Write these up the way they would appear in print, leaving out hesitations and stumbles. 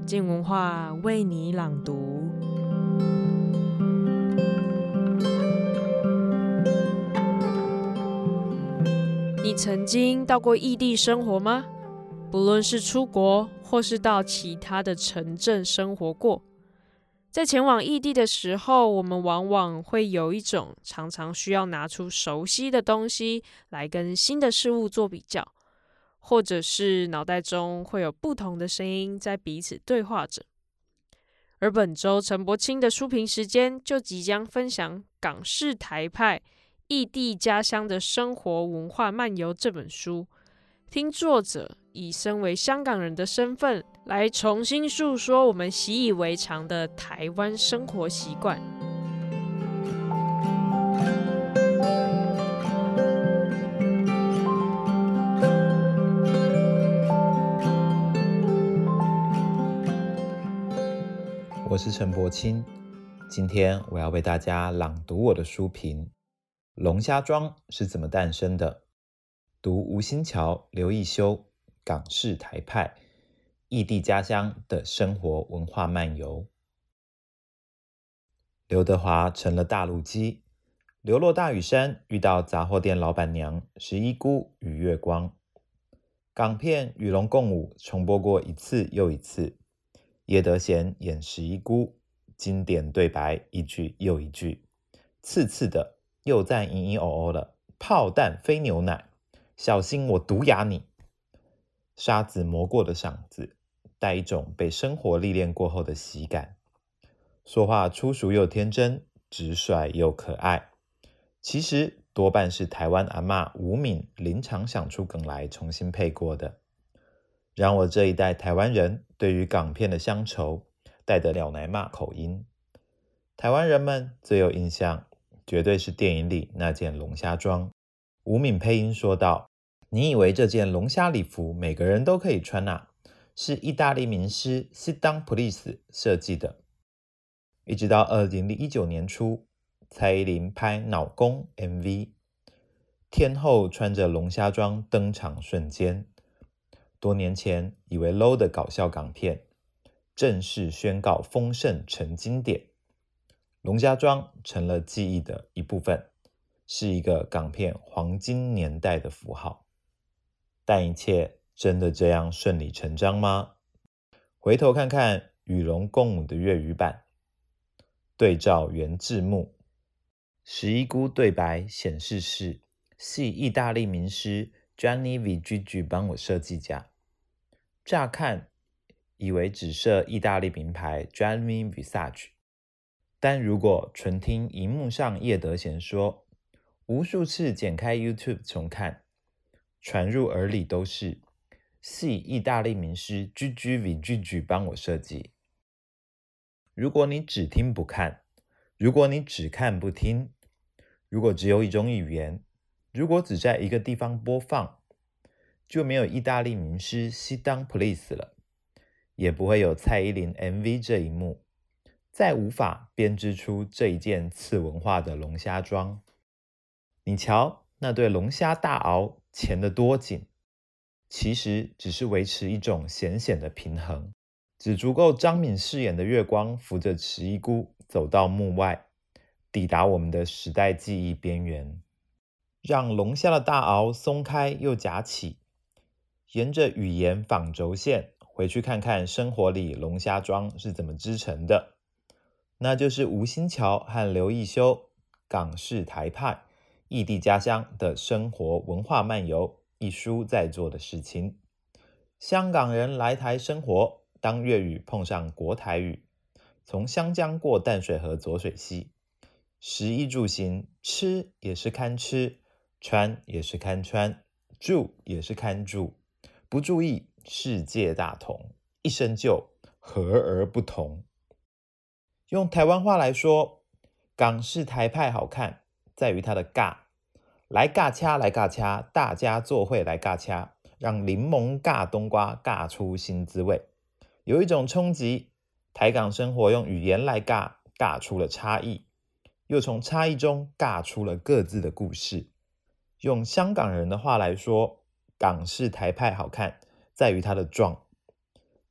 静文化为你朗读。你曾经到过异地生活吗？不论是出国，或是到其他的城镇生活过，在前往异地的时候，我们往往会有一种常常需要拿出熟悉的东西来跟新的事物做比较，或者是脑袋中会有不同的声音在彼此对话着。而本周陈柏青的书评时间就即将分享《港式台派：异地家乡的生活文化漫游》这本书，听作者以身为香港人的身份来重新述说我们习以为常的台湾生活习惯。 我是陈柏青，今天我要为大家朗读我的书评《龙虾庄是怎么诞生的》，读吴新桥、刘义修港式台派异地家乡的生活文化漫游。刘德华成了大陆鸡，流落大屿山，遇到杂货店老板娘十一姑与月光。港片与龙共舞重播过一次又一次，叶德娴演十一姑，经典对白一句又一句，次次的又在隐隐哦哦了，炮弹非牛奶，小心我毒哑你。沙子磨过的嗓子，带一种被生活历练过后的喜感。说话粗俗又天真，直率又可爱。其实多半是台湾阿嬷吴敏临场想出梗来重新配过的，让我这一代台湾人对于港片的乡愁带得了奶骂口音。台湾人们最有印象绝对是电影里那件龙虾装。吴敏配音说道，你以为这件龙虾礼服每个人都可以穿啊？是意大利名师 Sit Down Please 设计的。一直到2019年初，蔡依林拍脑公 MV， 天后穿着龙虾装登场瞬间，多年前以为 low 的搞笑港片正式宣告丰盛成经典，龙虾装成了记忆的一部分，是一个港片黄金年代的符号。但一切真的这样顺理成章吗？回头看看与龙共舞的粤语版，对照原字幕，十一姑对白显示系意大利名师 Gianni Vigigi 帮我设计家。乍看以为只设意大利名牌 Gianni Versace， 但如果纯听荧幕上叶德娴说，无数次剪开 YouTube 重看，传入耳里都是系意大利名师 Gigi Vigigi 帮我设计。如果你只听不看，如果你只看不听，如果只有一种语言，如果只在一个地方播放，就没有意大利名师 Sit Down Please 了，也不会有蔡依林 MV 这一幕，再无法编织出这一件次文化的龙虾装。你瞧那对龙虾大螯钳得多紧，其实只是维持一种咸咸的平衡，只足够张敏饰演的月光扶着十一姑走到幕外，抵达我们的时代记忆边缘，让龙虾的大螯松开又夹起，沿着语言纺轴线回去看看生活里龙虾装是怎么织成的，那就是吴新桥和刘义修港式台派异地家乡的生活文化漫游一书在做的事情。香港人来台生活，当粤语碰上国台语，从湘江过淡水河浊水溪，食衣住行，吃也是看吃，穿也是看穿，住也是看住，不注意世界大同，一生就和而不同。用台湾话来说，港式台派好看在于它的尬，来尬掐来尬掐，大家做会来尬掐，让柠檬尬冬瓜尬出新滋味，有一种冲击。台港生活用语言来尬，尬出了差异，又从差异中尬出了各自的故事。用香港人的话来说，港式台派好看在于它的壮，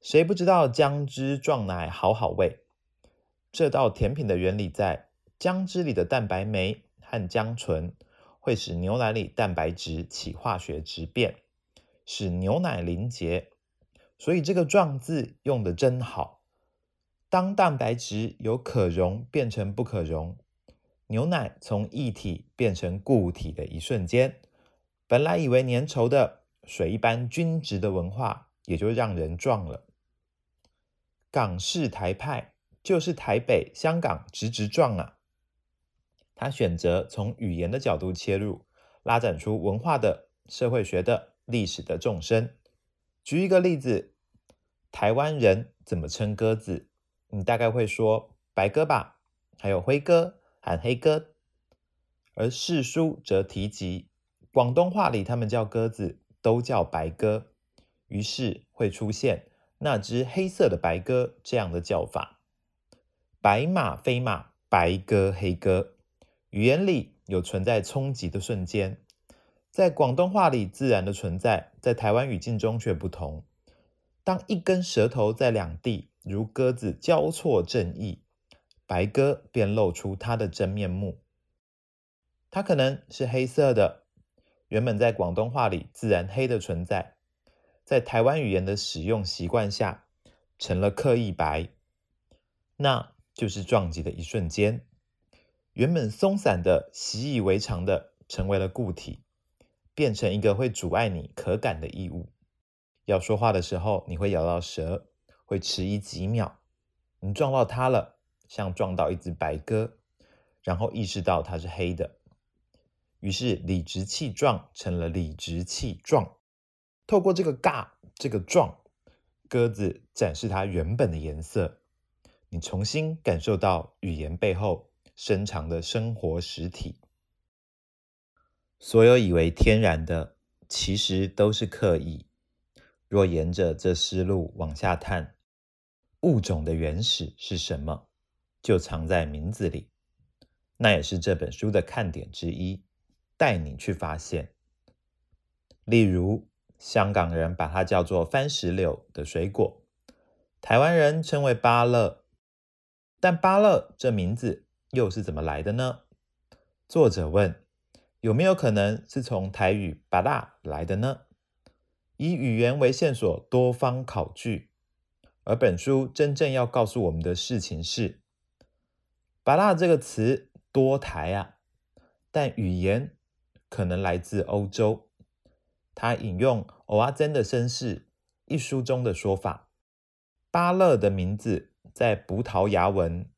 谁不知道姜汁撞奶好好味？这道甜品的原理在姜汁里的蛋白酶和姜醇会使牛奶里蛋白质起化学质变，使牛奶凝结。所以这个撞字用得真好。当蛋白质由可溶变成不可溶，牛奶从液体变成固体的一瞬间，本来以为粘稠的水一般均质的文化也就让人撞了。港式台派就是台北、香港直撞啊。他选择从语言的角度切入，拉展出文化的、社会学的、历史的纵深。举一个例子，台湾人怎么称鸽子？你大概会说白鸽吧，还有灰鸽和黑鸽。而世书则提及，广东话里他们叫鸽子都叫白鸽，于是会出现那只黑色的白鸽这样的叫法。白马非马，白鸽黑鸽。语言里有存在冲击的瞬间，在广东话里自然的存在，在台湾语境中却不同。当一根舌头在两地如鸽子交错正义，白鸽便露出它的真面目。它可能是黑色的，原本在广东话里自然黑的存在，在台湾语言的使用习惯下成了刻意白，那就是撞击的一瞬间。原本松散的、习以为常的，成为了固体，变成一个会阻碍你可感的异物。要说话的时候，你会咬到舌，会迟疑几秒。你撞到它了，像撞到一只白鸽，然后意识到它是黑的。于是理直气壮成了理直气壮。透过这个尬，这个撞，鸽子展示它原本的颜色。你重新感受到语言背后深长的生活实体。所有以为天然的，其实都是刻意。若沿着这思路往下探，物种的原始是什么，就藏在名字里。那也是这本书的看点之一，带你去发现。例如，香港人把它叫做番石榴的水果，台湾人称为芭乐。但芭乐这名字又是怎么来的呢？作者问，有没有可能是从台语芭乐来的呢？以语言为线索，多方考据。而本书真正要告诉我们的事情是，芭乐这个词多台啊，但语言可能来自欧洲。他引用蚵仔煎的绅士一书中的说法，芭乐的名字在葡萄牙文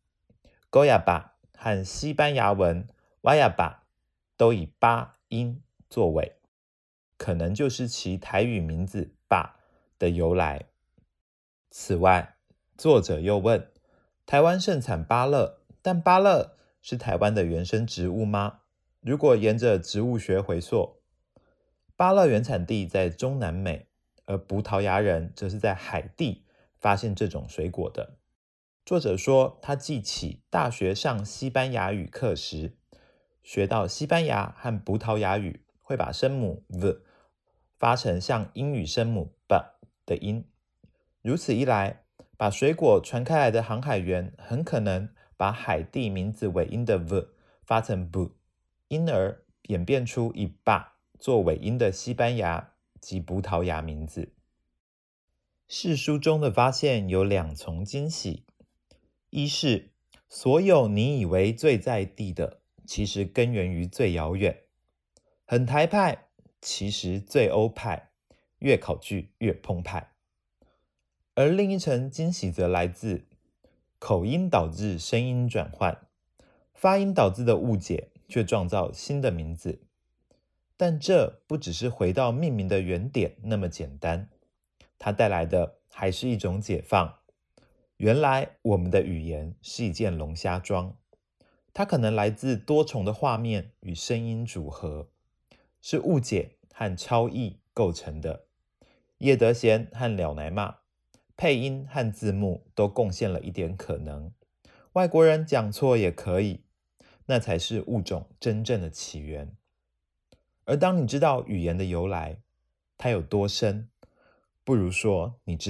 Goiaba 和西班牙文 Guayaba 都以巴音作尾，可能就是其台语名字巴的由来。此外，作者又问，台湾盛产芭乐，但芭乐是台湾的原生植物吗？如果沿着植物学回溯，芭乐原产地在中南美，而葡萄牙人则是在海地发现这种水果的。作者说，他记起大学上西班牙语课时，学到西班牙和葡萄牙语会把声母 v 发成像英语声母 b 的音。如此一来，把水果传开来的航海员很可能把海地名字尾音的 v 发成 b， 因而演变出以 b 做尾音的西班牙及葡萄牙名字。释书中的发现有两重惊喜，一是所有你以为最在地的，其实根源于最遥远。很台派，其实最欧派，越考据越澎湃。而另一层惊喜则来自口音导致声音转换，发音导致的误解却创造新的名字。但这不只是回到命名的原点那么简单，它带来的还是一种解放。原来我们的语言是一件龙虾装，它可能来自多重的画面与声音组合，是误解和超译构成的。叶德娴和了乃骂配音和字幕都贡献了一点可能，外国人讲错也可以，那才是物种真正的起源。而当你知道语言的由来，它有多深，不如说你知道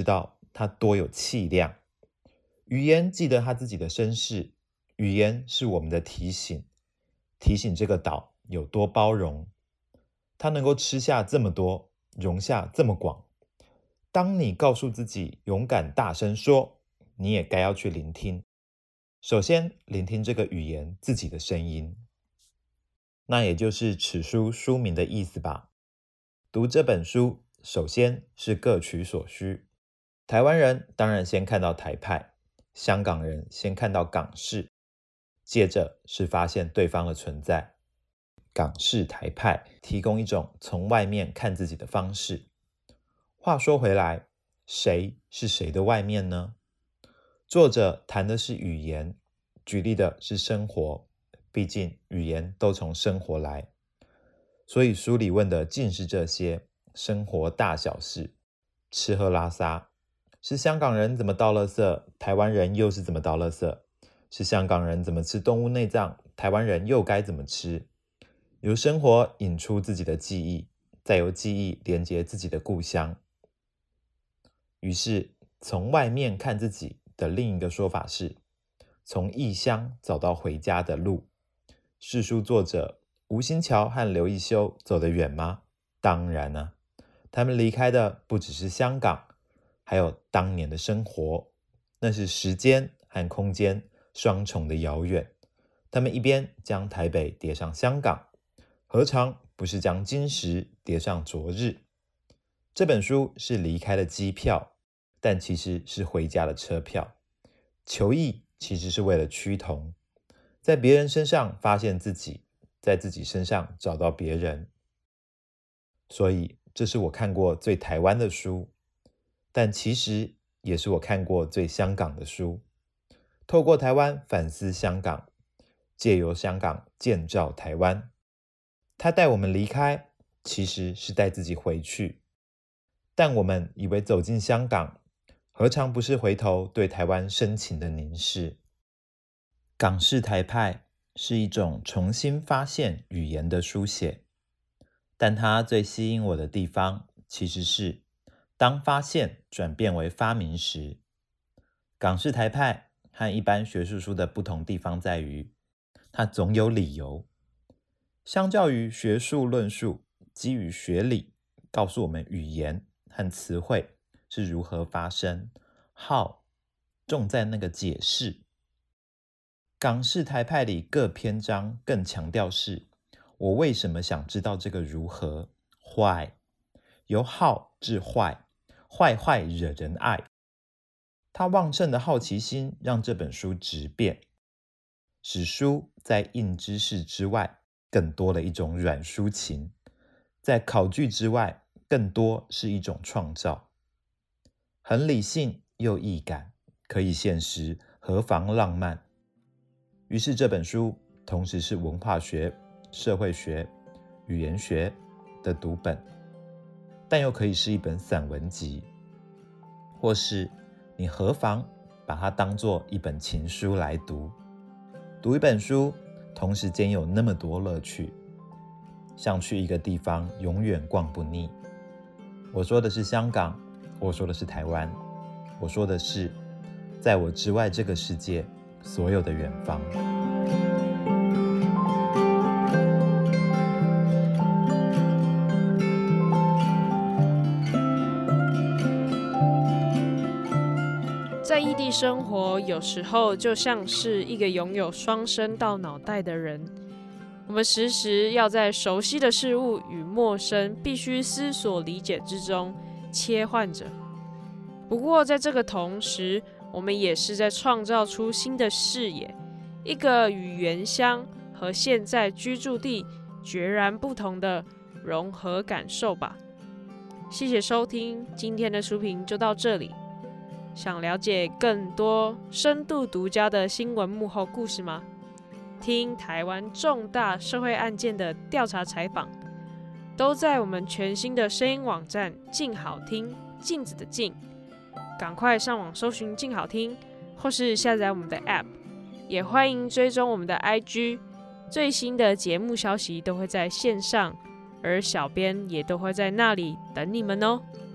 它多有气量。语言记得它自己的身世，语言是我们的提醒，提醒这个岛有多包容。它能够吃下这么多，容下这么广。当你告诉自己勇敢大声说，你也该要去聆听。首先，聆听这个语言自己的声音。那也就是此书书名的意思吧。读这本书，首先是各取所需。台湾人当然先看到台派，香港人先看到港式，接着是发现对方的存在。港式台派提供一种从外面看自己的方式。话说回来，谁是谁的外面呢？作者谈的是语言，举例的是生活，毕竟语言都从生活来。所以书里问的尽是这些生活大小事，吃喝拉撒。是香港人怎么倒垃圾，台湾人又是怎么倒垃圾？是香港人怎么吃动物内脏，台湾人又该怎么吃？由生活引出自己的记忆，再由记忆连接自己的故乡。于是从外面看自己的另一个说法是，从异乡找到回家的路。是书作者吴新桥和刘一修走得远吗？当然啊，他们离开的不只是香港，还有当年的生活。那是时间和空间双重的遥远。他们一边将台北叠上香港，何尝不是将今时叠上昨日？这本书是离开的机票，但其实是回家的车票。求异其实是为了趋同，在别人身上发现自己，在自己身上找到别人。所以这是我看过最台湾的书，但其实也是我看过最香港的书。透过台湾反思香港，借由香港建造台湾。他带我们离开，其实是带自己回去。但我们以为走进香港，何尝不是回头对台湾深情的凝视？港式台派是一种重新发现语言的书写，但它最吸引我的地方，其实是当发现转变为发明时。港式台派和一般学术书的不同地方在于，它总有理由。相较于学术论述，基于学理，告诉我们语言和词汇是如何发生 ，how 重在那个解释。港式台派里各篇章更强调是我为什么想知道这个如何 why， 由好至坏，坏坏惹人爱。他旺盛的好奇心让这本书质变，使书在硬知识之外更多了一种软抒情，在考据之外更多是一种创造。很理性又易感，可以现实，何妨浪漫？于是这本书同时是文化学、社会学、语言学的读本，但又可以是一本散文集，或是你何妨把它当作一本情书来读？读一本书，同时间有那么多乐趣，像去一个地方永远逛不腻。我说的是香港，我说的是台湾，我说的是在我之外这个世界所有的远方。 在异地生活，有时候就像是一个拥有双声道脑袋的人，我们时时要在熟悉的事物与陌生必须思索理解之中切换着。不过在这个同时，我们也是在创造出新的视野，一个与原乡和现在居住地决然不同的融合感受吧。谢谢收听，今天的书评就到这里。想了解更多深度独家的新闻幕后故事吗？听台湾重大社会案件的调查采访，都在我们全新的声音网站静好听，镜子的镜。赶快上网搜寻静好听，或是下载我们的 App， 也欢迎追踪我们的 IG， 最新的节目消息都会在线上，而小编也都会在那里等你们哦。